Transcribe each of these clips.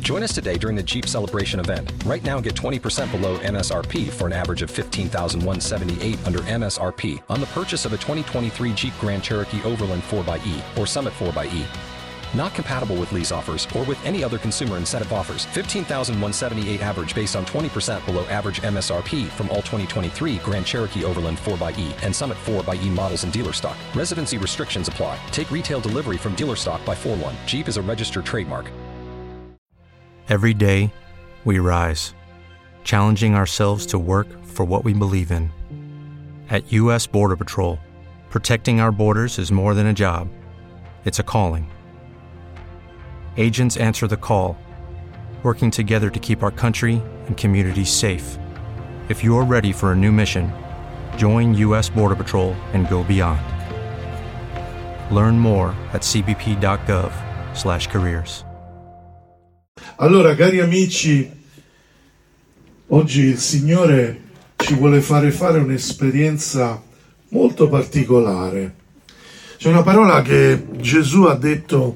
Join us today during the Jeep Celebration event. Right now, get 20% below MSRP for an average of $15,178 under MSRP on the purchase of a 2023 Jeep Grand Cherokee Overland 4xE or Summit 4xE. Not compatible with lease offers or with any other consumer incentive offers. $15,178 average based on 20% below average MSRP from all 2023 Grand Cherokee Overland 4xE and Summit 4xE models in dealer stock. Residency restrictions apply. Take retail delivery from dealer stock by 4/1. Jeep is a registered trademark. Every day, we rise, challenging ourselves to work for what we believe in. At U.S. Border Patrol, protecting our borders is more than a job. It's a calling. Agents answer the call, working together to keep our country and communities safe. If you're ready for a new mission, join U.S. Border Patrol and go beyond. Learn more at cbp.gov/careers. Allora, cari amici, oggi il Signore ci vuole fare un'esperienza molto particolare. C'è una parola che Gesù ha detto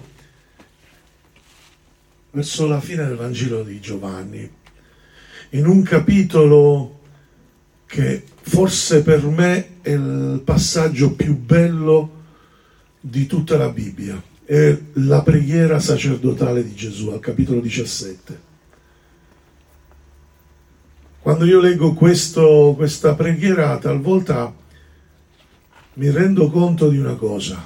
verso la fine del Vangelo di Giovanni, in un capitolo che forse per me è il passaggio più bello di tutta la Bibbia. È la preghiera sacerdotale di Gesù, al capitolo 17. Quando io leggo questa preghiera, talvolta mi rendo conto di una cosa,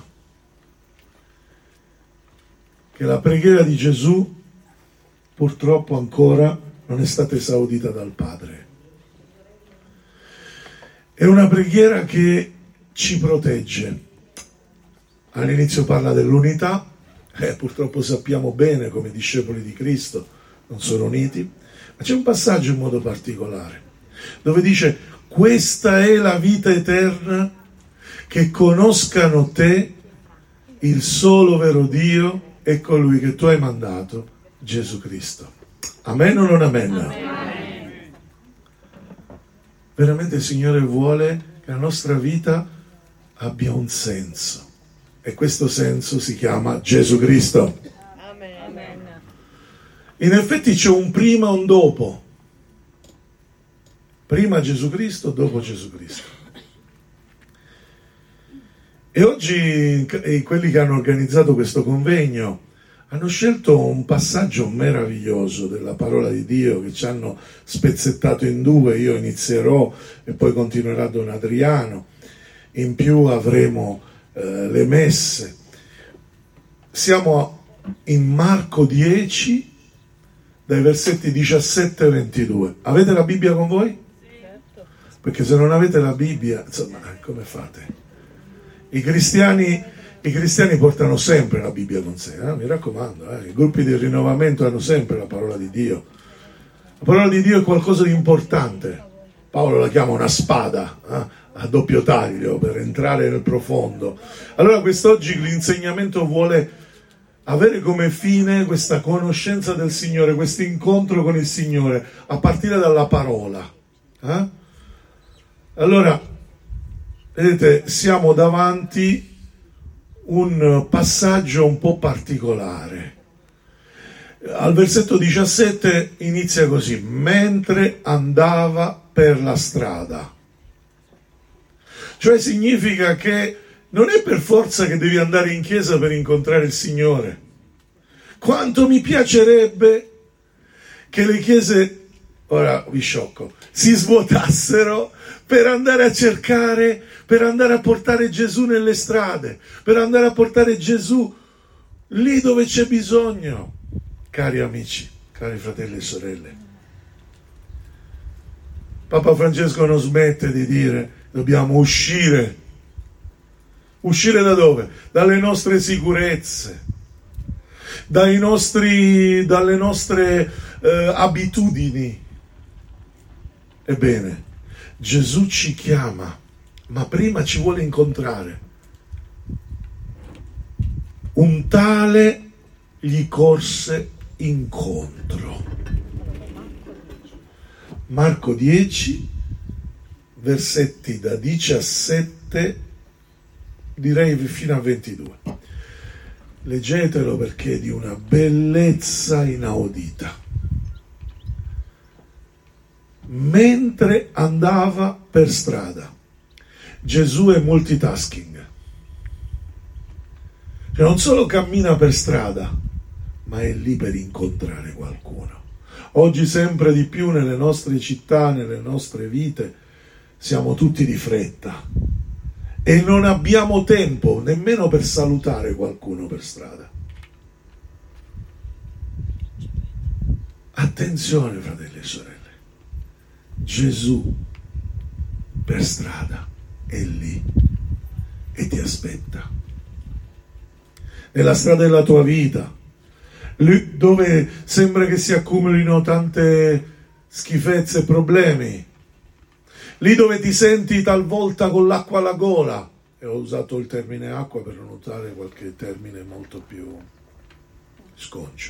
che la preghiera di Gesù purtroppo ancora non è stata esaudita dal Padre. È una preghiera che ci protegge. All'inizio parla dell'unità, purtroppo sappiamo bene come discepoli di Cristo non sono uniti, ma c'è un passaggio in modo particolare, dove dice: questa è la vita eterna, che conoscano te, il solo vero Dio, e colui che tu hai mandato, Gesù Cristo. Amen o non amen? Amen. Veramente il Signore vuole che la nostra vita abbia un senso. E questo senso si chiama Gesù Cristo. Amen. In effetti c'è un prima e un dopo. Prima Gesù Cristo, dopo Gesù Cristo. E oggi quelli che hanno organizzato questo convegno hanno scelto un passaggio meraviglioso della parola di Dio che ci hanno spezzettato in due. Io inizierò e poi continuerà Don Adriano. In più avremo le messe. Siamo in Marco 10 dai versetti 17 e 22. Avete la Bibbia con voi? Certo. Perché se non avete la Bibbia, insomma, come fate? I cristiani portano sempre la Bibbia con sé, mi raccomando, i gruppi di rinnovamento hanno sempre la parola di Dio. La parola di Dio è qualcosa di importante. Paolo la chiama una spada, a doppio taglio, per entrare nel profondo. Allora quest'oggi l'insegnamento vuole avere come fine questa conoscenza del Signore, questo incontro con il Signore, a partire dalla parola. Allora, vedete, siamo davanti un passaggio un po' particolare. Al versetto 17 inizia così: mentre andava per la strada. Cioè significa che non è per forza che devi andare in chiesa per incontrare il Signore. Quanto mi piacerebbe che le chiese, ora vi sciocco, si svuotassero per andare a cercare, per andare a portare Gesù nelle strade, per andare a portare Gesù lì dove c'è bisogno. Cari amici, cari fratelli e sorelle, Papa Francesco non smette di dire: dobbiamo uscire da dove? Dalle nostre sicurezze, dalle nostre abitudini. Ebbene, Gesù ci chiama, ma prima ci vuole incontrare. Un tale gli corse incontro. Marco 10, versetti da 17, direi fino a 22. Leggetelo perché è di una bellezza inaudita. Mentre andava per strada, Gesù è multitasking. Cioè non solo cammina per strada, ma è lì per incontrare qualcuno. Oggi sempre di più nelle nostre città, nelle nostre vite, siamo tutti di fretta e non abbiamo tempo nemmeno per salutare qualcuno per strada. Attenzione, fratelli e sorelle, Gesù per strada è lì e ti aspetta. Nella strada della tua vita, lì dove sembra che si accumulino tante schifezze e problemi, lì dove ti senti talvolta con l'acqua alla gola, e ho usato il termine acqua per non usare qualche termine molto più sconcio.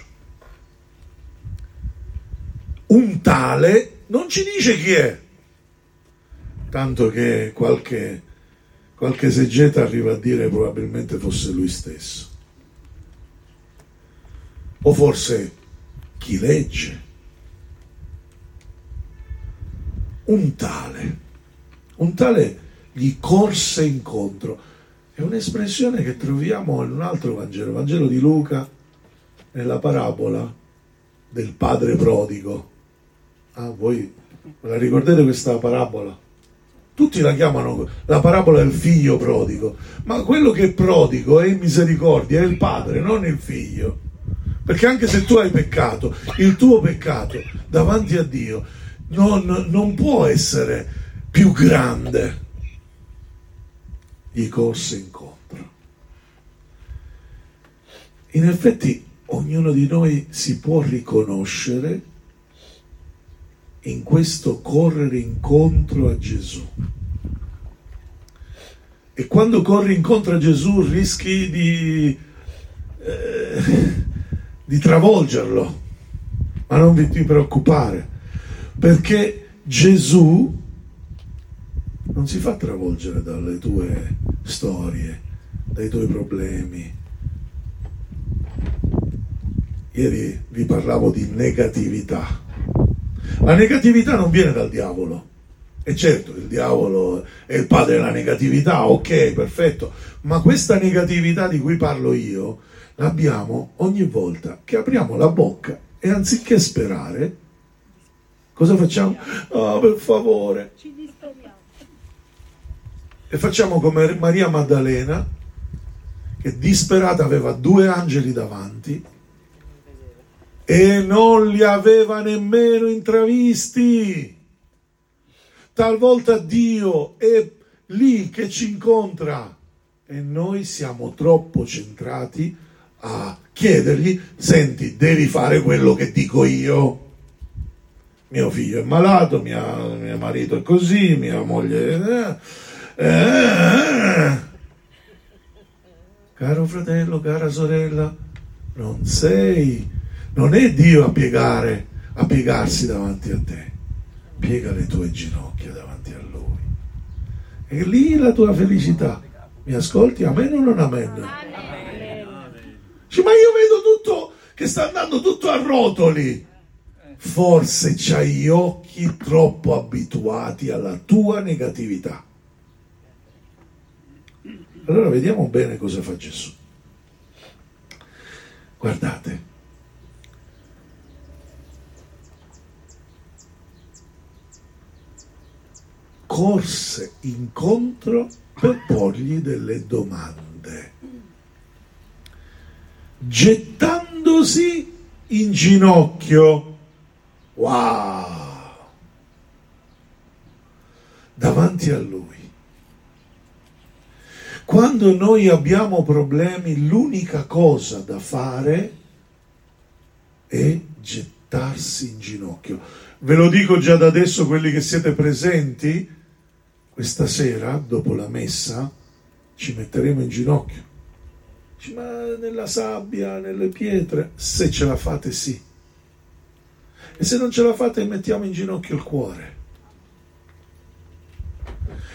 Un tale non ci dice chi è, tanto che qualche esigeta arriva a dire probabilmente fosse lui stesso, o forse chi legge. Un tale gli corse incontro. È un'espressione che troviamo in un altro Vangelo, Vangelo di Luca, nella parabola del padre prodigo. Ah, voi ve la ricordate questa parabola? Tutti la chiamano la parabola del figlio prodigo, ma quello che è prodigo è in misericordia, è il padre, non il figlio. Perché anche se tu hai peccato, il tuo peccato davanti a Dio non può essere più grande. Gli corse incontro. In effetti ognuno di noi si può riconoscere in questo correre incontro a Gesù. E quando corri incontro a Gesù rischi di travolgerlo, ma non vi preoccupare, perché Gesù non si fa travolgere dalle tue storie, dai tuoi problemi. Ieri vi parlavo di negatività. La negatività non viene dal diavolo. E certo, il diavolo è il padre della negatività, ok, perfetto, ma questa negatività di cui parlo io l'abbiamo ogni volta che apriamo la bocca e anziché sperare, cosa facciamo? Oh, per favore. Ci disperiamo. E facciamo come Maria Maddalena, che disperata aveva 2 angeli davanti e non li aveva nemmeno intravisti. Talvolta Dio è lì che ci incontra e noi siamo troppo centrati a chiedergli: senti, devi fare quello che dico io. Mio figlio è malato, mio marito è così, mia moglie Caro fratello, cara sorella, non è Dio a piegarsi davanti a te. Piega le tue ginocchia davanti a Lui. E lì la tua felicità. Mi ascolti? Amen o non amen? Dici, ma io vedo tutto che sta andando tutto a rotoli. Forse c'hai gli occhi troppo abituati alla tua negatività. Allora vediamo bene cosa fa Gesù. Guardate. Corse incontro per porgli delle domande, gettandosi in ginocchio. Wow! Davanti a Lui. Quando noi abbiamo problemi, l'unica cosa da fare è gettarsi in ginocchio. Ve lo dico già da adesso, quelli che siete presenti, questa sera, dopo la messa, ci metteremo in ginocchio. Ma nella sabbia, nelle pietre, se ce la fate sì. E se non ce la fate, mettiamo in ginocchio il cuore.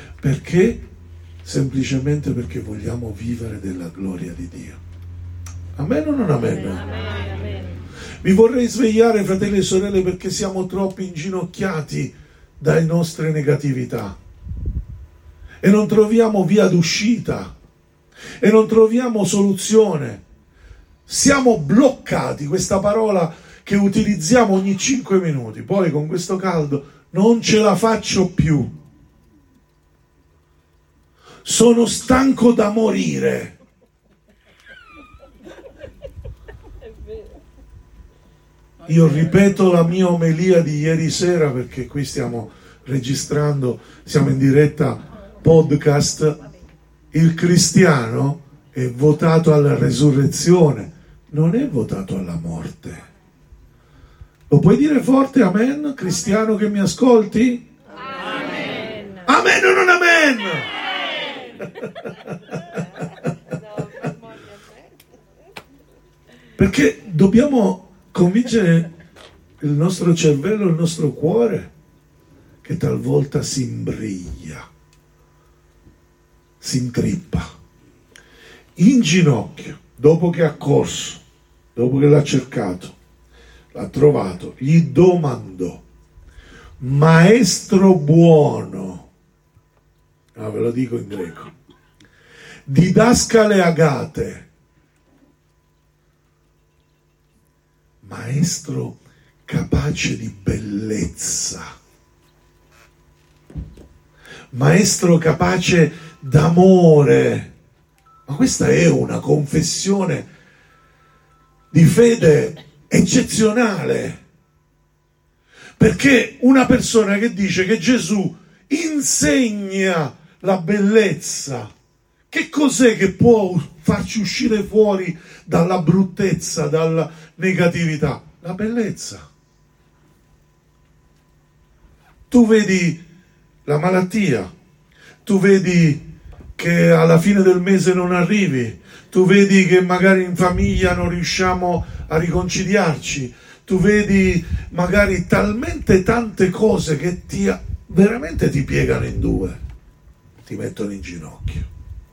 Perché? Semplicemente perché vogliamo vivere della gloria di Dio. Amen o non amen? Vi vorrei svegliare, fratelli e sorelle, perché siamo troppo inginocchiati dalle nostre negatività e non troviamo via d'uscita e non troviamo soluzione. Siamo bloccati, questa parola che utilizziamo ogni 5 minuti, poi con questo caldo non ce la faccio più, sono stanco da morire. Io ripeto la mia omelia di ieri sera, perché qui stiamo registrando, siamo in diretta podcast. Il cristiano è votato alla resurrezione, non è votato alla morte. Lo puoi dire forte, amen? Cristiano che mi ascolti? Amen. Amen o non amen? Perché dobbiamo convincere il nostro cervello, il nostro cuore, che talvolta si imbriglia, si intrippa, in ginocchio, dopo che ha corso, dopo che l'ha cercato, l'ha trovato, gli domandò: maestro buono, ve lo dico in greco, didascale agate, maestro capace di bellezza, maestro capace d'amore. Ma questa è una confessione di fede eccezionale, perché una persona che dice che Gesù insegna la bellezza, che cos'è che può farci uscire fuori dalla bruttezza, dalla negatività? La bellezza. Tu vedi la malattia, tu vedi che alla fine del mese non arrivi, tu vedi che magari in famiglia non riusciamo a riconciliarci, tu vedi magari talmente tante cose che veramente ti piegano in due, ti mettono in ginocchio.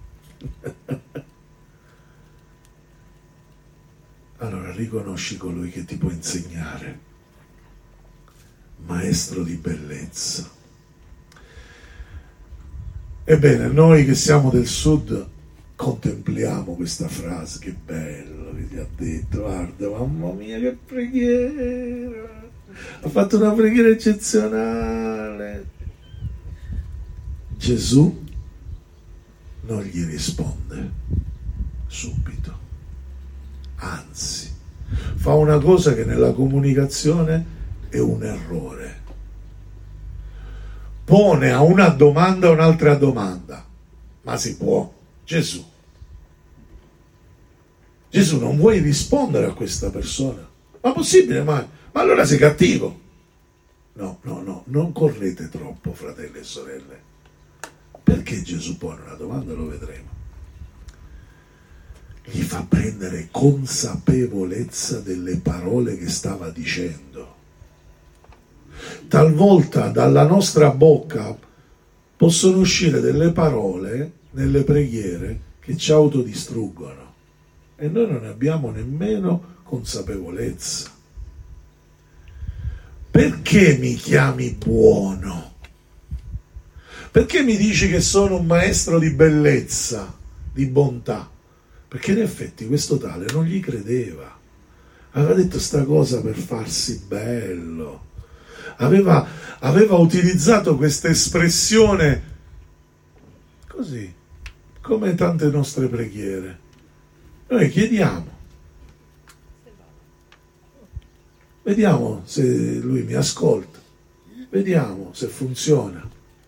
Allora riconosci colui che ti può insegnare, maestro di bellezza. Ebbene, noi che siamo del sud contempliamo questa frase. Che bello che ti ha detto, guarda, mamma mia che preghiera, ha fatto una preghiera eccezionale. Gesù non gli risponde subito, anzi fa una cosa che nella comunicazione è un errore: pone a una domanda un'altra domanda. Ma si può? Gesù non vuoi rispondere a questa persona? Ma possibile mai? Ma allora sei cattivo. No, non correte troppo, fratelli e sorelle. Perché Gesù pone una domanda? Lo vedremo. Gli fa prendere consapevolezza delle parole che stava dicendo. Talvolta dalla nostra bocca possono uscire delle parole nelle preghiere che ci autodistruggono e noi non ne abbiamo nemmeno consapevolezza. Perché mi chiami buono? Perché mi dici che sono un maestro di bellezza, di bontà? Perché in effetti questo tale non gli credeva, aveva detto sta cosa per farsi bello, aveva utilizzato questa espressione così, come tante nostre preghiere. Noi chiediamo, vediamo se lui mi ascolta, vediamo se funziona.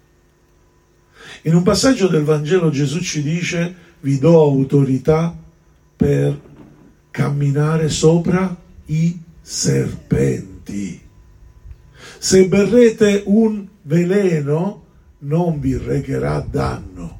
In un passaggio del Vangelo Gesù ci dice: vi do autorità per camminare sopra i serpenti. Se berrete un veleno non vi recherà danno.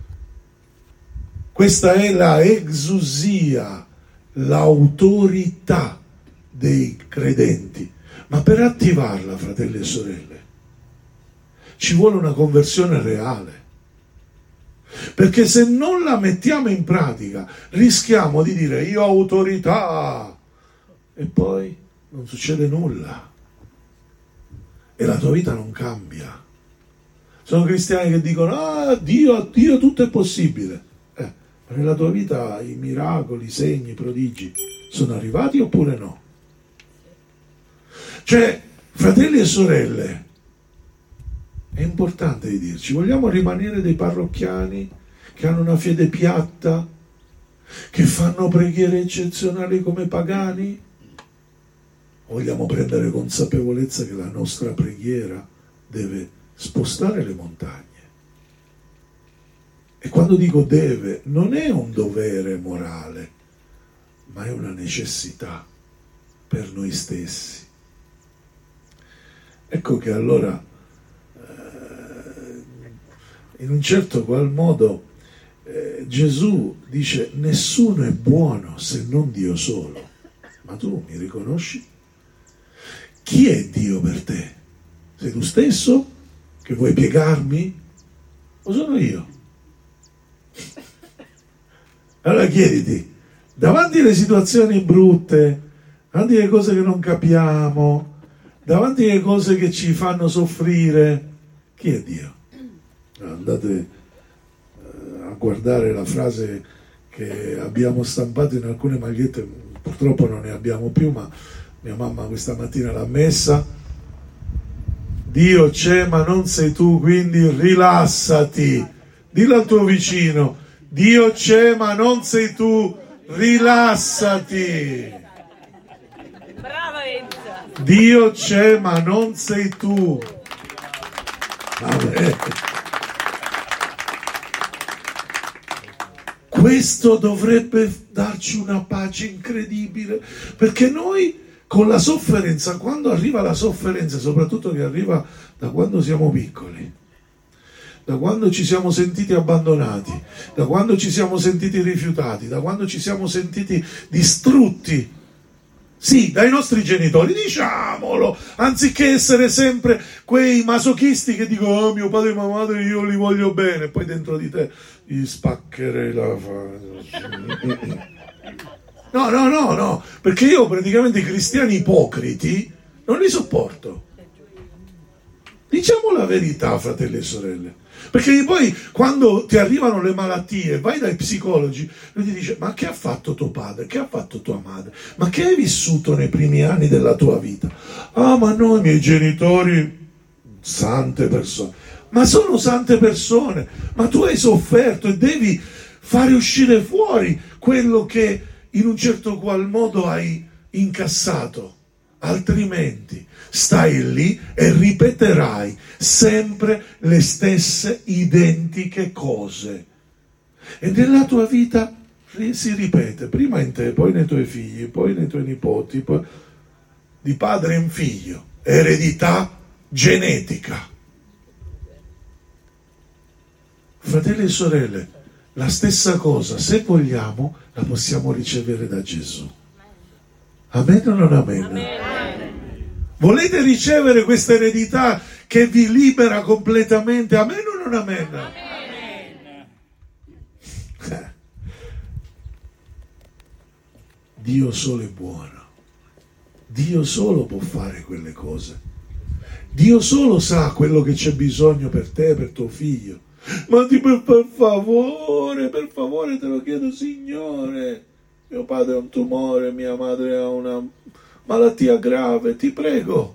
Questa è la exousia, l'autorità dei credenti. Ma per attivarla, fratelli e sorelle, ci vuole una conversione reale. perché se non la mettiamo in pratica rischiamo di dire io ho autorità e poi non succede nulla e la tua vita non cambia. Sono cristiani che dicono a Dio tutto è possibile, ma nella tua vita i miracoli, i segni, i prodigi sono arrivati oppure no? Cioè, fratelli e sorelle, è importante di dirci, vogliamo rimanere dei parrocchiani che hanno una fede piatta, che fanno preghiere eccezionali come pagani? O vogliamo prendere consapevolezza che la nostra preghiera deve spostare le montagne? E quando dico deve, non è un dovere morale, ma è una necessità per noi stessi. Ecco che allora in un certo qual modo Gesù dice nessuno è buono se non Dio solo. Ma tu mi riconosci? Chi è Dio per te? Sei tu stesso che vuoi piegarmi? O sono io? Allora chiediti, davanti alle situazioni brutte, davanti alle cose che non capiamo, davanti alle cose che ci fanno soffrire, chi è Dio? Andate a guardare la frase che abbiamo stampato in alcune magliette, purtroppo non ne abbiamo più, ma mia mamma questa mattina l'ha messa: Dio c'è ma non sei tu, quindi rilassati. Dillo al tuo vicino: Dio c'è ma non sei tu, rilassati. Brava Enza. Dio c'è ma non sei tu. Amen. Questo dovrebbe darci una pace incredibile, perché noi con la sofferenza, quando arriva la sofferenza, soprattutto che arriva da quando siamo piccoli, da quando ci siamo sentiti abbandonati, da quando ci siamo sentiti rifiutati, da quando ci siamo sentiti distrutti, sì, dai nostri genitori, diciamolo, anziché essere sempre quei masochisti che dicono oh, mio padre e mia madre io li voglio bene, poi dentro di te gli spaccherei la faccia. No, perché io praticamente i cristiani ipocriti non li sopporto. Diciamo la verità, fratelli e sorelle, perché poi quando ti arrivano le malattie vai dai psicologi, lui ti dice ma che ha fatto tuo padre, che ha fatto tua madre, ma che hai vissuto nei primi anni della tua vita? Ah, ma no, i miei genitori, sante persone. Ma sono sante persone, ma tu hai sofferto e devi fare uscire fuori quello che in un certo qual modo hai incassato, altrimenti stai lì e ripeterai sempre le stesse identiche cose e nella tua vita si ripete, prima in te, poi nei tuoi figli, poi nei tuoi nipoti, poi di padre in figlio, eredità genetica. Fratelli e sorelle, la stessa cosa, se vogliamo, la possiamo ricevere da Gesù. Amen o non amen? Amen. Volete ricevere questa eredità che vi libera completamente? Amen o non amen? Amen. Dio solo è buono. Dio solo può fare quelle cose. Dio solo sa quello che c'è bisogno per te, per tuo figlio. Ma per favore, te lo chiedo, Signore. Mio padre ha un tumore, mia madre ha una malattia grave, ti prego.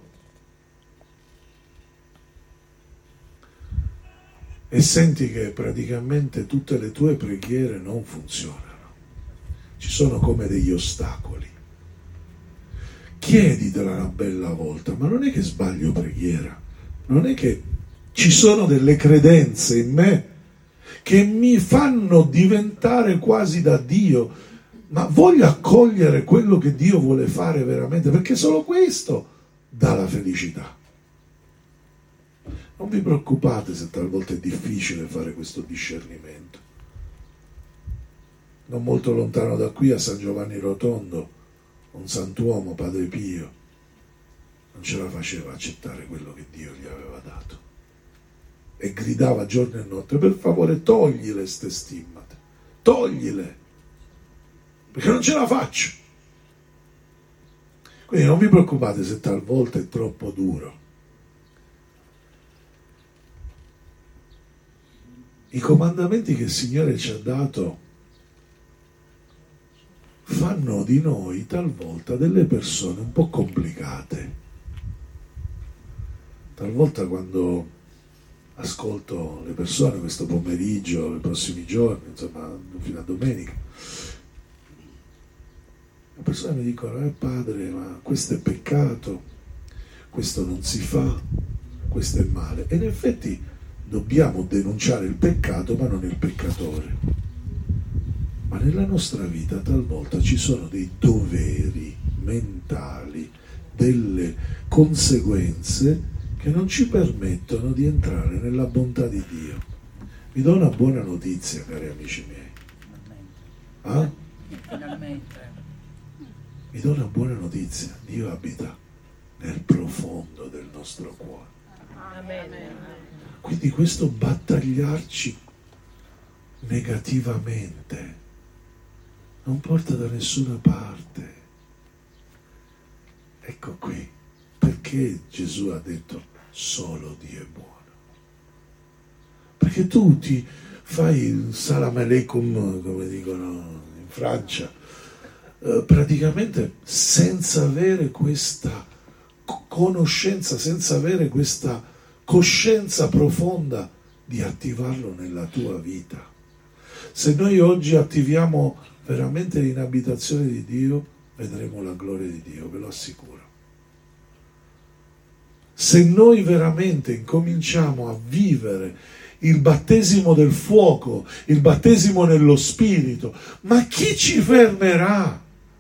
E senti che praticamente tutte le tue preghiere non funzionano. Ci sono come degli ostacoli. Chieditela una bella volta, ma non è che sbaglio preghiera, non è che ci sono delle credenze in me che mi fanno diventare quasi da Dio, ma voglio accogliere quello che Dio vuole fare veramente, perché solo questo dà la felicità. Non vi preoccupate se talvolta è difficile fare questo discernimento. Non molto lontano da qui, a San Giovanni Rotondo, un santuomo, Padre Pio, non ce la faceva accettare quello che Dio gli aveva dato. e gridava giorno e notte: per favore toglile ste stimmate, toglile, perché non ce la faccio. Quindi non vi preoccupate se talvolta è troppo duro. I comandamenti che il Signore ci ha dato fanno di noi talvolta delle persone un po' complicate. Talvolta quando ascolto le persone questo pomeriggio, i prossimi giorni, insomma fino a domenica, le persone mi dicono: padre, ma questo è peccato, questo non si fa, questo è male. E in effetti dobbiamo denunciare il peccato, ma non il peccatore. Ma nella nostra vita talvolta ci sono dei doveri mentali, delle conseguenze che non ci permettono di entrare nella bontà di Dio. Vi do una buona notizia, cari amici miei. Finalmente. Vi do una buona notizia: Dio abita nel profondo del nostro cuore. Amen. Quindi questo battagliarci negativamente non porta da nessuna parte. Ecco qui perché Gesù ha detto: solo Dio è buono. Perché tu ti fai il salam aleikum, come dicono in Francia, praticamente senza avere questa conoscenza, senza avere questa coscienza profonda di attivarlo nella tua vita. Se noi oggi attiviamo veramente l'inabitazione di Dio, vedremo la gloria di Dio, ve lo assicuro. Se noi veramente incominciamo a vivere il battesimo del fuoco, il battesimo nello Spirito, ma chi ci fermerà?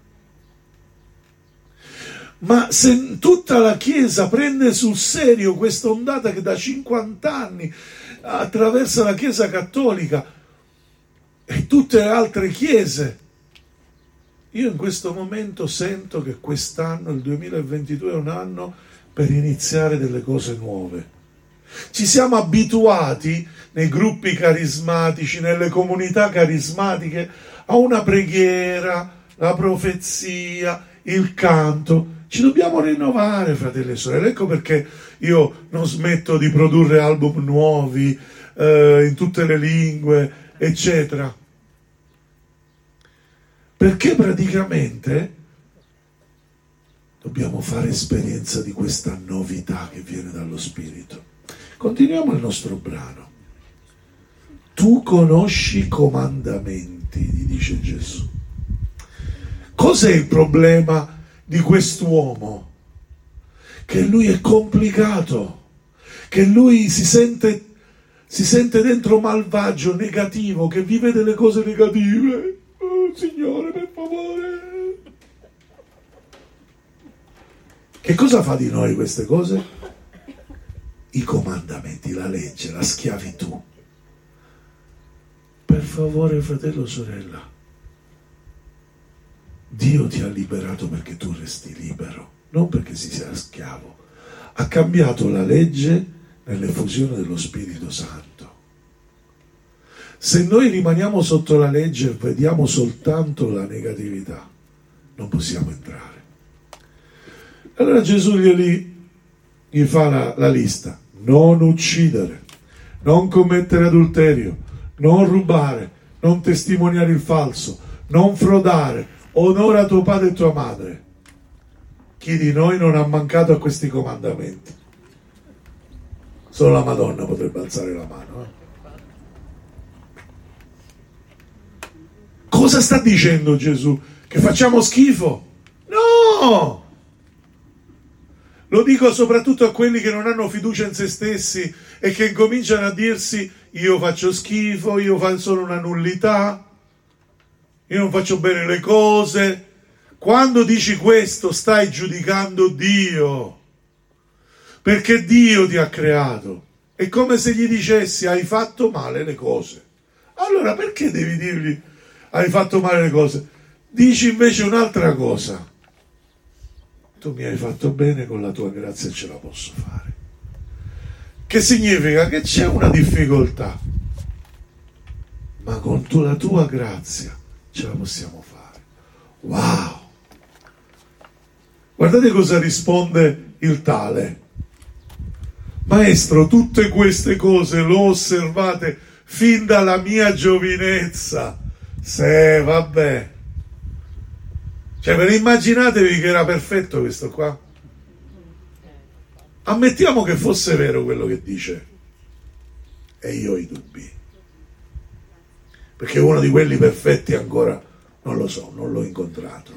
Ma se tutta la Chiesa prende sul serio questa ondata che da 50 anni attraversa la Chiesa cattolica e tutte le altre chiese, io in questo momento sento che quest'anno, il 2022, è un anno per iniziare delle cose nuove. Ci siamo abituati nei gruppi carismatici, nelle comunità carismatiche, a una preghiera, la profezia, il canto. Ci dobbiamo rinnovare, fratelli e sorelle. Ecco perché io non smetto di produrre album nuovi in tutte le lingue, eccetera. Perché praticamente dobbiamo fare esperienza di questa novità che viene dallo Spirito. Continuiamo il nostro brano. Tu conosci i comandamenti, gli dice Gesù. Cos'è il problema di quest'uomo? Che lui è complicato, che lui si sente dentro malvagio, negativo, che vive delle cose negative. Oh, Signore, per favore. Che cosa fa di noi queste cose? I comandamenti, la legge, la schiavitù. Per favore, fratello, sorella, Dio ti ha liberato perché tu resti libero, non perché si sia schiavo. Ha cambiato la legge nell'effusione dello Spirito Santo. Se noi rimaniamo sotto la legge e vediamo soltanto la negatività, non possiamo entrare. Allora Gesù gli fa la lista: non uccidere, non commettere adulterio, non rubare, non testimoniare il falso, non frodare, onora tuo padre e tua madre. Chi di noi non ha mancato a questi comandamenti? Solo la Madonna potrebbe alzare la mano. Cosa sta dicendo Gesù? Che facciamo schifo? No! Lo dico soprattutto a quelli che non hanno fiducia in se stessi e che incominciano a dirsi: io faccio schifo, io sono una nullità, io non faccio bene le cose. Quando dici questo stai giudicando Dio, perché Dio ti ha creato. È come se gli dicessi: hai fatto male le cose. Allora perché devi dirgli hai fatto male le cose? Dici invece un'altra cosa: tu mi hai fatto bene, con la tua grazia ce la posso fare. Che significa che c'è una difficoltà, ma con la tua grazia ce la possiamo fare. Wow! Guardate cosa risponde il tale. Maestro, tutte queste cose le ho osservate fin dalla mia giovinezza. Se, vabbè. Cioè, ve ne immaginatevi che era perfetto questo qua? Ammettiamo che fosse vero quello che dice. E io ho i dubbi. Perché uno di quelli perfetti ancora non lo so, non l'ho incontrato.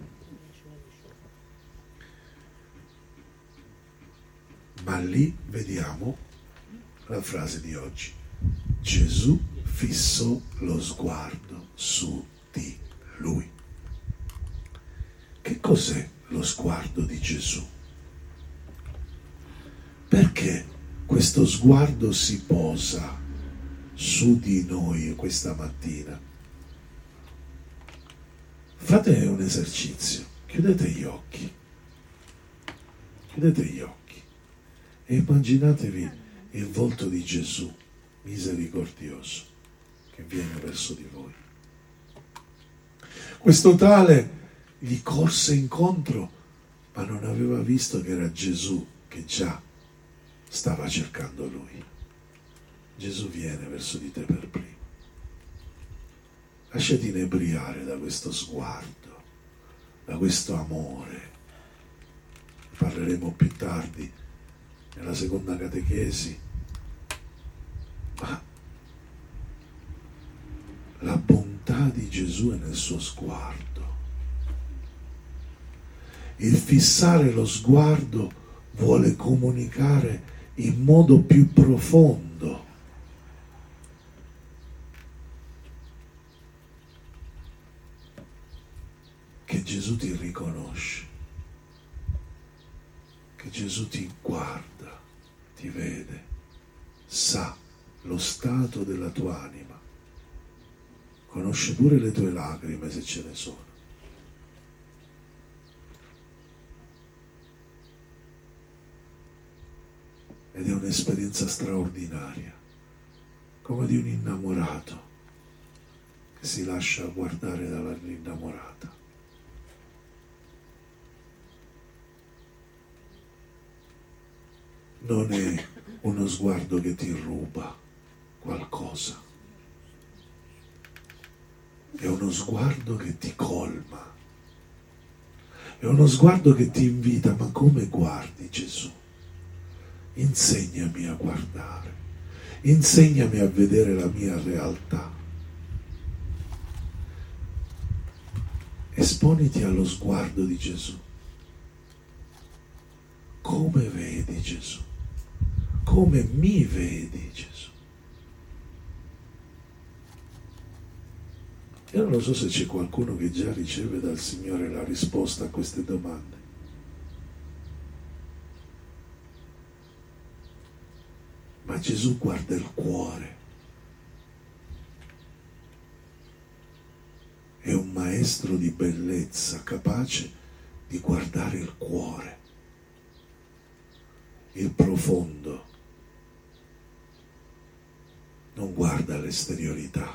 Ma lì vediamo la frase di oggi. Gesù fissò lo sguardo su di lui. Che cos'è lo sguardo di Gesù? Perché questo sguardo si posa su di noi questa mattina? Fate un esercizio, chiudete gli occhi e immaginatevi il volto di Gesù misericordioso che viene verso di voi. Questo tale gli corse incontro, ma non aveva visto che era Gesù che già stava cercando lui. Gesù viene verso di te per primo. Lasciati inebriare da questo sguardo, da questo amore. Parleremo più tardi nella seconda catechesi, ma la bontà di Gesù è nel suo sguardo. Il fissare lo sguardo vuole comunicare in modo più profondo che Gesù ti riconosce, che Gesù ti guarda, ti vede, sa lo stato della tua anima, conosce pure le tue lacrime se ce ne sono. Ed è un'esperienza straordinaria, come di un innamorato che si lascia guardare dall'innamorata. Non è uno sguardo che ti ruba qualcosa, è uno sguardo che ti colma, è uno sguardo che ti invita. Ma come guardi Gesù? Insegnami a guardare, insegnami a vedere la mia realtà. Esponiti allo sguardo di Gesù. Come vedi Gesù? Come mi vedi Gesù? Io non lo so se c'è qualcuno che già riceve dal Signore la risposta a queste domande. Ma Gesù guarda il cuore. È un maestro di bellezza, capace di guardare il cuore, il profondo. Non guarda l'esteriorità.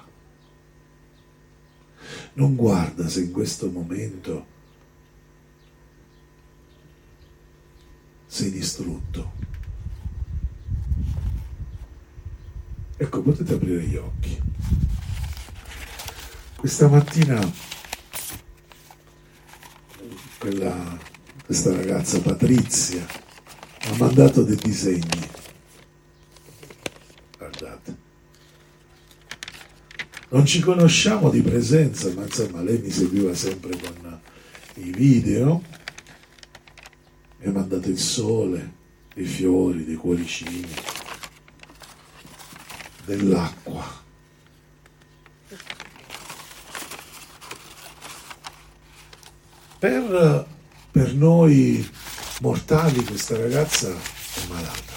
Non guarda se in questo momento sei distrutto. Ecco, potete aprire gli occhi. Questa mattina questa ragazza Patrizia ha mandato dei disegni. Guardate. Non ci conosciamo di presenza, ma insomma lei mi seguiva sempre con i video. Mi ha mandato il sole, dei fiori, dei cuoricini, dell'acqua. Per noi mortali questa ragazza è malata,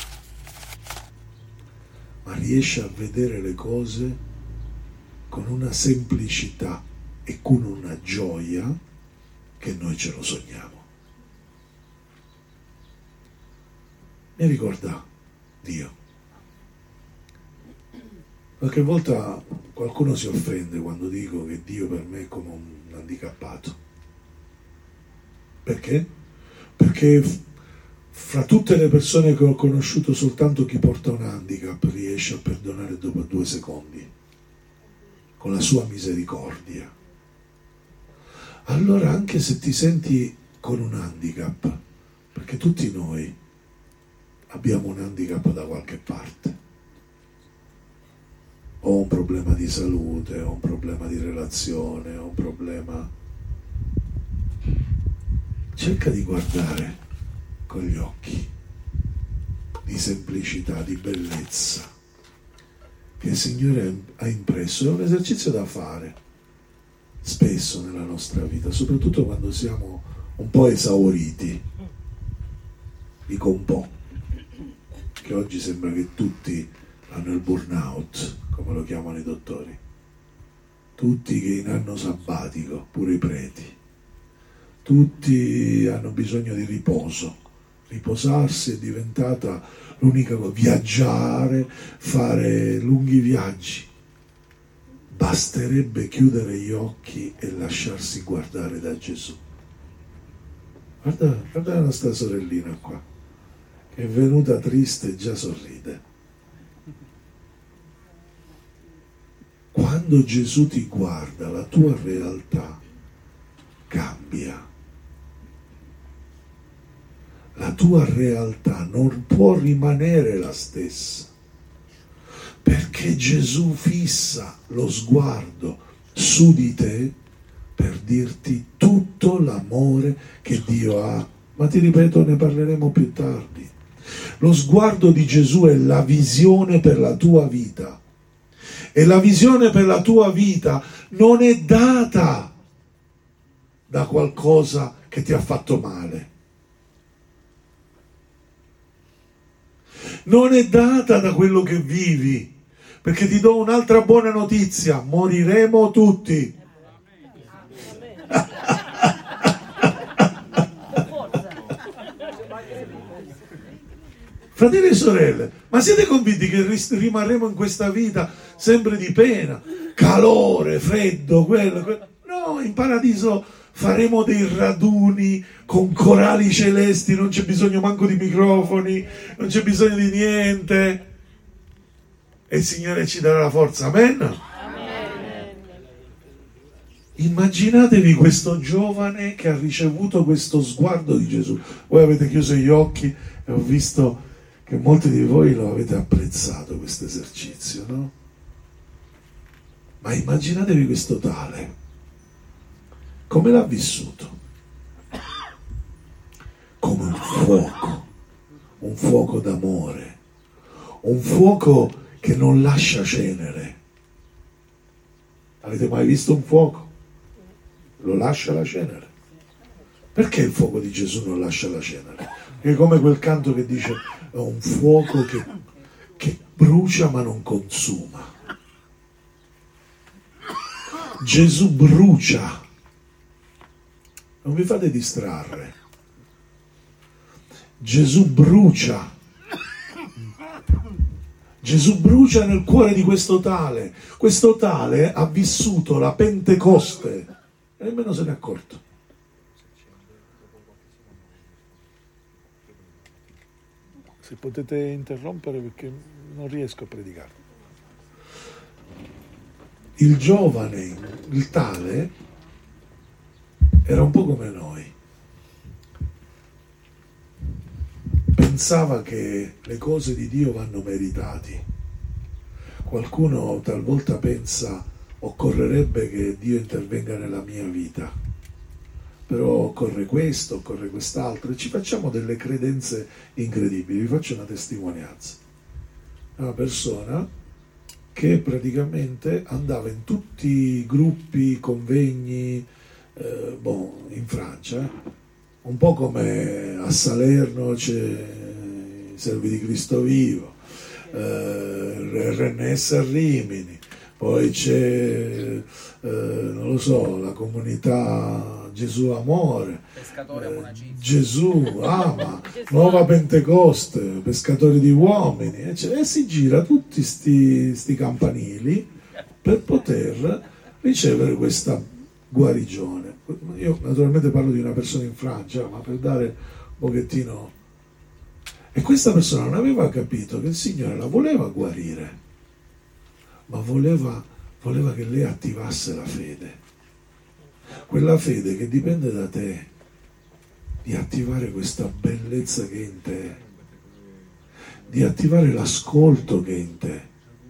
ma riesce a vedere le cose con una semplicità e con una gioia che noi ce lo sogniamo. Mi ricorda Dio. Qualche volta qualcuno si offende quando dico che Dio per me è come un handicappato. Perché? Perché fra tutte le persone che ho conosciuto soltanto chi porta un handicap riesce a perdonare dopo 2 secondi, con la sua misericordia. Allora anche se ti senti con un handicap, perché tutti noi abbiamo un handicap da qualche parte, ho un problema di salute, ho un problema di relazione, ho un problema... Cerca di guardare con gli occhi di semplicità, di bellezza che il Signore ha impresso. È un esercizio da fare spesso nella nostra vita, soprattutto quando siamo un po' esauriti. Dico un po', che oggi sembra che tutti hanno il burnout, come lo chiamano i dottori, tutti che in anno sabbatico, pure i preti, tutti hanno bisogno di riposo. Riposarsi è diventata l'unica cosa, viaggiare, fare lunghi viaggi. Basterebbe chiudere gli occhi e lasciarsi guardare da Gesù. Guarda la nostra sorellina qua, che è venuta triste e già sorride. Quando Gesù ti guarda, la tua realtà cambia. La tua realtà non può rimanere la stessa, perché Gesù fissa lo sguardo su di te per dirti tutto l'amore che Dio ha. Ma ti ripeto, ne parleremo più tardi. Lo sguardo di Gesù è la visione per la tua vita. E la visione per la tua vita non è data da qualcosa che ti ha fatto male. Non è data da quello che vivi, perché ti do un'altra buona notizia: moriremo tutti. Fratelli e sorelle, ma siete convinti che rimarremo in questa vita sempre di pena, calore, freddo, quello? No, in paradiso faremo dei raduni con corali celesti, non c'è bisogno manco di microfoni, non c'è bisogno di niente. E il Signore ci darà la forza, amen? Amen. Immaginatevi questo giovane che ha ricevuto questo sguardo di Gesù. Voi avete chiuso gli occhi e ho visto che molti di voi lo avete apprezzato questo esercizio, no? Ma immaginatevi questo tale, come l'ha vissuto? Come un fuoco d'amore, un fuoco che non lascia cenere. Avete mai visto un fuoco? Lo lascia la cenere. Perché il fuoco di Gesù non lascia la cenere? È come quel canto che dice: è un fuoco che brucia ma non consuma. Gesù brucia. Non vi fate distrarre. Gesù brucia. Gesù brucia nel cuore di questo tale. Questo tale ha vissuto la Pentecoste e nemmeno se n'è accorto. Se potete interrompere, perché non riesco a predicare. Il giovane, il tale, era un po' come noi. Pensava che le cose di Dio vanno meritati. Qualcuno talvolta pensa: occorrerebbe che Dio intervenga nella mia vita, però occorre questo, occorre quest'altro, e ci facciamo delle credenze incredibili. Vi faccio una testimonianza. Una persona che praticamente andava in tutti i gruppi, convegni, in Francia, un po' come a Salerno c'è i Servi di Cristo Vivo, RNS a Rimini, poi c'è, non lo so, la comunità Gesù amore, Pescatore monacista. Gesù ama, nuova Pentecoste, pescatori di uomini, e si gira tutti sti campanili per poter ricevere questa guarigione. Io naturalmente parlo di una persona in Francia, ma per dare un pochettino. E questa persona non aveva capito che il Signore la voleva guarire, ma voleva che lei attivasse la fede, quella fede che dipende da te, di attivare questa bellezza che è in te, di attivare l'ascolto che è in te,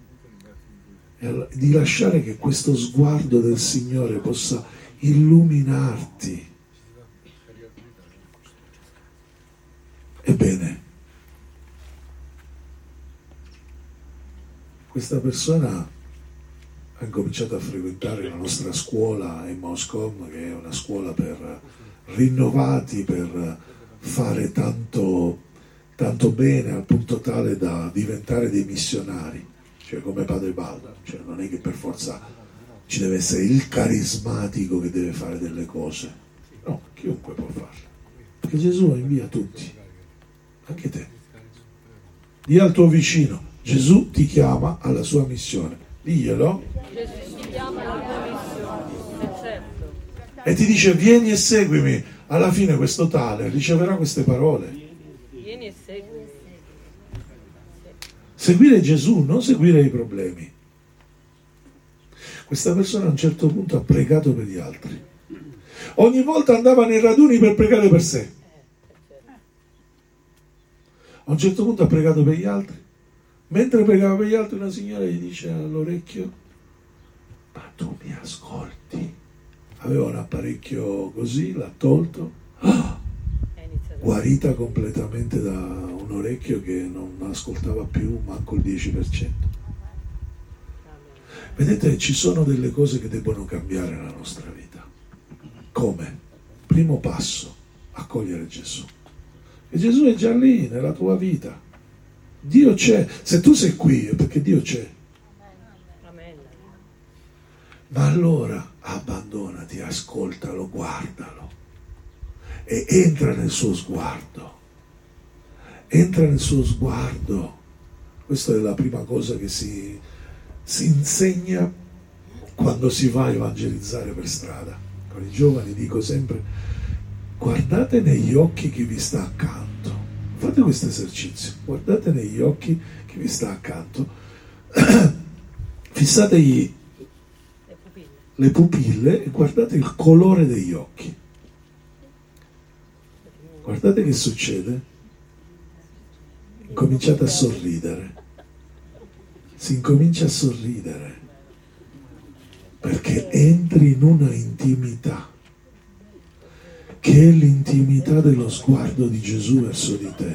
e di lasciare che questo sguardo del Signore possa illuminarti. Ebbene, questa persona ha incominciato a frequentare la nostra scuola Emmauscom, che è una scuola per rinnovati, per fare tanto bene al punto tale da diventare dei missionari, cioè come Padre Baldo, cioè non è che per forza ci deve essere il carismatico che deve fare delle cose, no, chiunque può farle, perché Gesù invia tutti, anche te. Dì al tuo vicino: Gesù ti chiama alla sua missione, diglielo. Gesù ti chiama alla tua missione, certo. E ti dice: vieni e seguimi. Alla fine questo tale riceverà queste parole. Vieni e segui. Seguire Gesù, non seguire i problemi. Questa persona a un certo punto ha pregato per gli altri. Ogni volta andava nei raduni per pregare per sé. A un certo punto ha pregato per gli altri. Mentre pregava per gli altri, una signora gli dice all'orecchio: ma tu mi ascolti? Aveva un apparecchio così, l'ha tolto, guarita completamente da un orecchio che non ascoltava più manco il 10%. Vedete, ci sono delle cose che debbono cambiare nella nostra vita. Come? Primo passo, accogliere Gesù. E Gesù è già lì nella tua vita. Dio c'è. Se tu sei qui è perché Dio c'è. Amen. Ma allora abbandonati, ascoltalo, guardalo e entra nel suo sguardo. Entra nel suo sguardo. Questa è la prima cosa che si insegna quando si va a evangelizzare per strada. Con i giovani dico sempre: guardate negli occhi chi vi sta accanto. Fate questo esercizio, guardate negli occhi chi vi sta accanto, fissategli le pupille e guardate il colore degli occhi. Guardate che succede. Incominciate a sorridere. Si incomincia a sorridere perché entri in una intimità che è l'intimità dello sguardo di Gesù verso di te.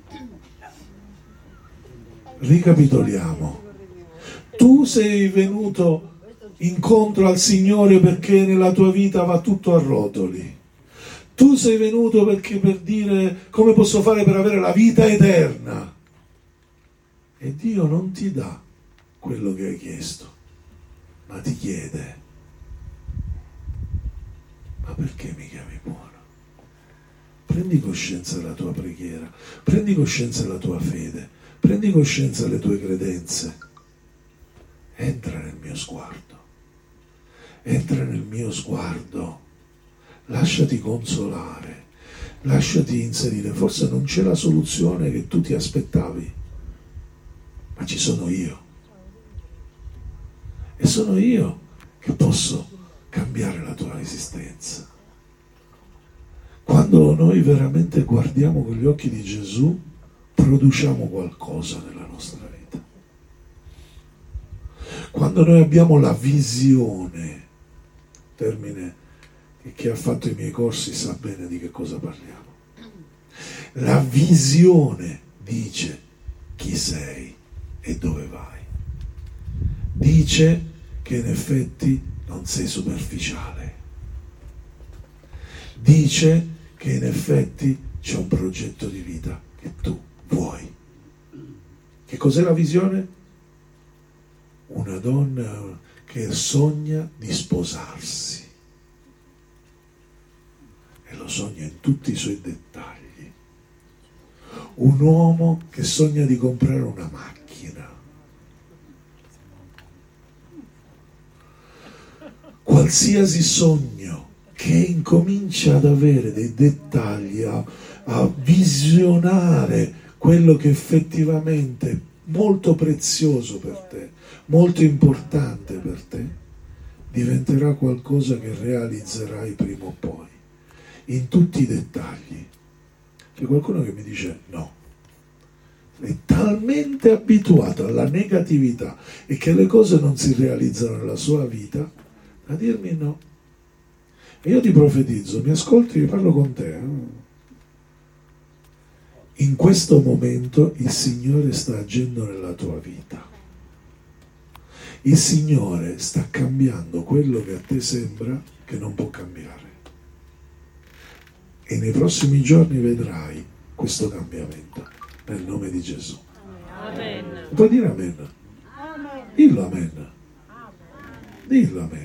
Ricapitoliamo. Tu sei venuto incontro al Signore perché nella tua vita va tutto a rotoli. Tu sei venuto perché per dire: come posso fare per avere la vita eterna? E Dio non ti dà quello che hai chiesto, ma ti chiede: ma perché mi chiami buono? Prendi coscienza della tua preghiera, prendi coscienza della tua fede, prendi coscienza delle tue credenze. Entra nel mio sguardo, entra nel mio sguardo, lasciati consolare, lasciati inserire. Forse non c'è la soluzione che tu ti aspettavi, ma ci sono io. E sono io che posso cambiare la tua esistenza. Quando noi veramente guardiamo con gli occhi di Gesù, produciamo qualcosa nella nostra vita. Quando noi abbiamo la visione, termine che chi ha fatto i miei corsi sa bene di che cosa parliamo. La visione dice chi sei e dove vai. Dice che in effetti non sei superficiale. Dice che in effetti c'è un progetto di vita che tu vuoi. Che cos'è la visione? Una donna che sogna di sposarsi. e lo sogna in tutti i suoi dettagli. Un uomo che sogna di comprare una macchina. Qualsiasi sogno che incomincia ad avere dei dettagli, a visionare quello che effettivamente è molto prezioso per te, molto importante per te, diventerà qualcosa che realizzerai prima o poi, in tutti i dettagli. C'è qualcuno che mi dice no, è talmente abituato alla negatività e che le cose non si realizzano nella sua vita a dirmi no. E io ti profetizzo, mi ascolti, io parlo con te. In questo momento il Signore sta agendo nella tua vita. Il Signore sta cambiando quello che a te sembra che non può cambiare. E nei prossimi giorni vedrai questo cambiamento nel nome di Gesù. Amen. Puoi dire amen? Dillo amen. Dillo amen.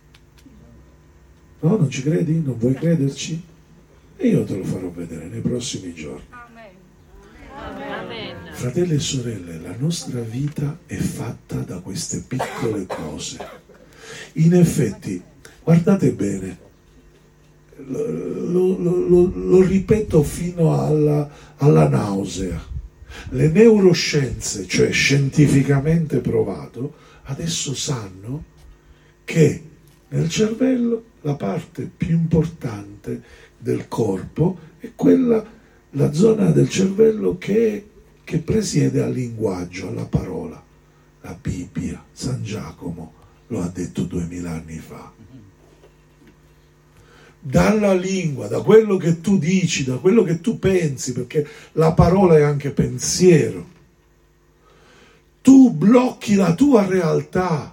No, non ci credi? Non vuoi crederci? E io te lo farò vedere nei prossimi giorni. Amen. Fratelli e sorelle, la nostra vita è fatta da queste piccole cose. In effetti, guardate bene, lo ripeto fino alla nausea. Le neuroscienze, cioè scientificamente provato, adesso sanno che nel cervello la parte più importante del corpo è quella, la zona del cervello che presiede al linguaggio, alla parola. La Bibbia, San Giacomo lo ha detto 2000 anni fa. Dalla lingua, da quello che tu dici, da quello che tu pensi, perché la parola è anche pensiero, tu blocchi la tua realtà.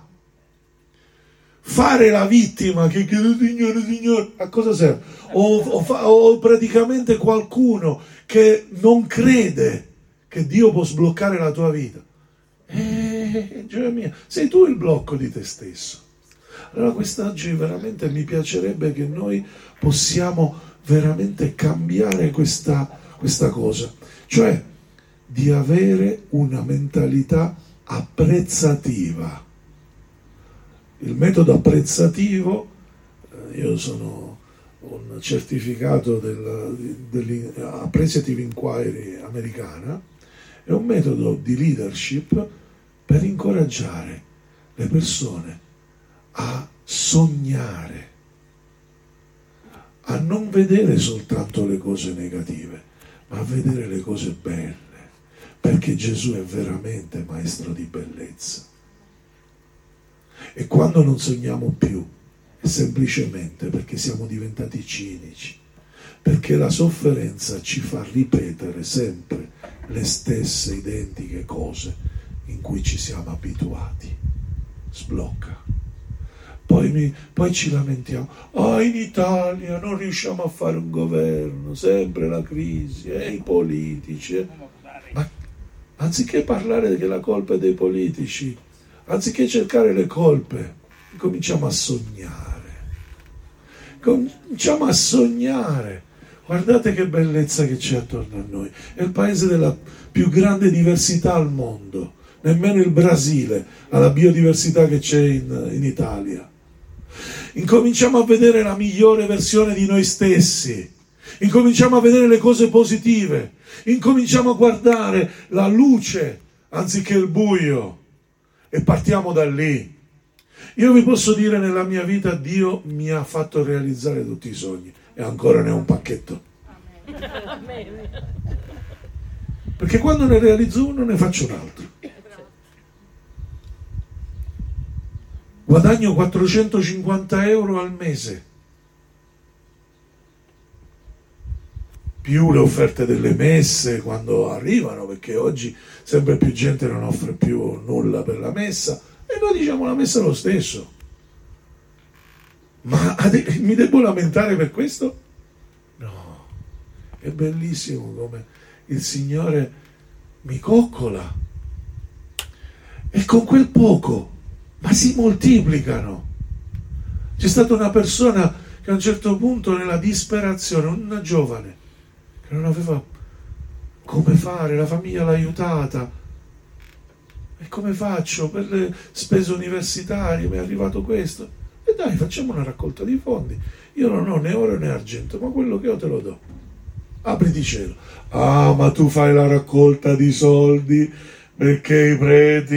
Fare la vittima, che Signore, a cosa serve? O praticamente qualcuno che non crede che Dio può sbloccare la tua vita. Gioia mia, sei tu il blocco di te stesso. Allora quest'oggi veramente mi piacerebbe che noi possiamo veramente cambiare questa cosa, cioè di avere una mentalità apprezzativa. Il metodo apprezzativo, io sono un certificato dell'Appreciative Inquiry americana, è un metodo di leadership per incoraggiare le persone a sognare, a non vedere soltanto le cose negative, ma a vedere le cose belle, perché Gesù è veramente maestro di bellezza. E quando non sogniamo più è semplicemente perché siamo diventati cinici, perché la sofferenza ci fa ripetere sempre le stesse identiche cose in cui ci siamo abituati. Sblocca. Poi ci lamentiamo, in Italia non riusciamo a fare un governo, sempre la crisi, i politici. Ma anziché parlare che la colpa è dei politici, anziché cercare le colpe, cominciamo a sognare. Cominciamo a sognare. Guardate che bellezza che c'è attorno a noi. È il paese della più grande diversità al mondo. Nemmeno il Brasile ha la biodiversità che c'è in Italia. Incominciamo a vedere la migliore versione di noi stessi. Incominciamo a vedere le cose positive. Incominciamo a guardare la luce anziché il buio. E partiamo da lì. Io vi posso dire, nella mia vita Dio mi ha fatto realizzare tutti i sogni e ancora ne ho un pacchetto. Amen. Perché quando ne realizzo uno ne faccio un altro. Guadagno 450 euro al mese, più le offerte delle messe quando arrivano, perché oggi sempre più gente non offre più nulla per la messa e noi diciamo la messa lo stesso. Ma mi devo lamentare per questo? No, è bellissimo come il Signore mi coccola e con quel poco, ma si moltiplicano. C'è stata una persona che a un certo punto, nella disperazione, una giovane che non aveva come fare, la famiglia l'ha aiutata, e come faccio per le spese universitarie, mi è arrivato questo, e dai, facciamo una raccolta di fondi, io non ho né oro né argento, ma quello che ho te lo do, apriti cielo. Ah, ma tu fai la raccolta di soldi perché i preti,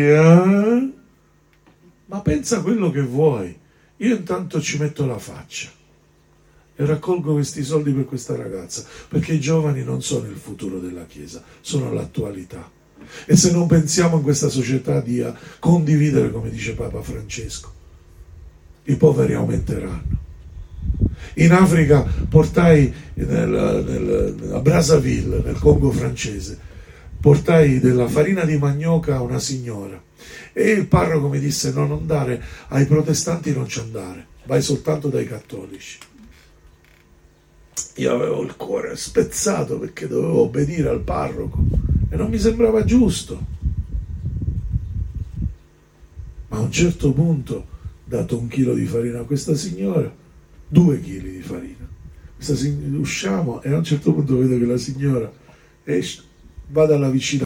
ma pensa a quello che vuoi, io intanto ci metto la faccia e raccolgo questi soldi per questa ragazza, perché i giovani non sono il futuro della Chiesa, sono l'attualità. E se non pensiamo in questa società di condividere, come dice Papa Francesco, i poveri aumenteranno. In Africa portai a Brazzaville, nel Congo francese, portai della farina di manioca a una signora, e il parroco mi disse: no, non dare ai protestanti, non ci andare, vai soltanto dai cattolici. Io avevo il cuore spezzato perché dovevo obbedire al parroco e non mi sembrava giusto, ma a un certo punto ho dato 1 chilo di farina a questa signora, 2 chili di farina. Usciamo e a un certo punto vedo che la signora esce, va dalla vicina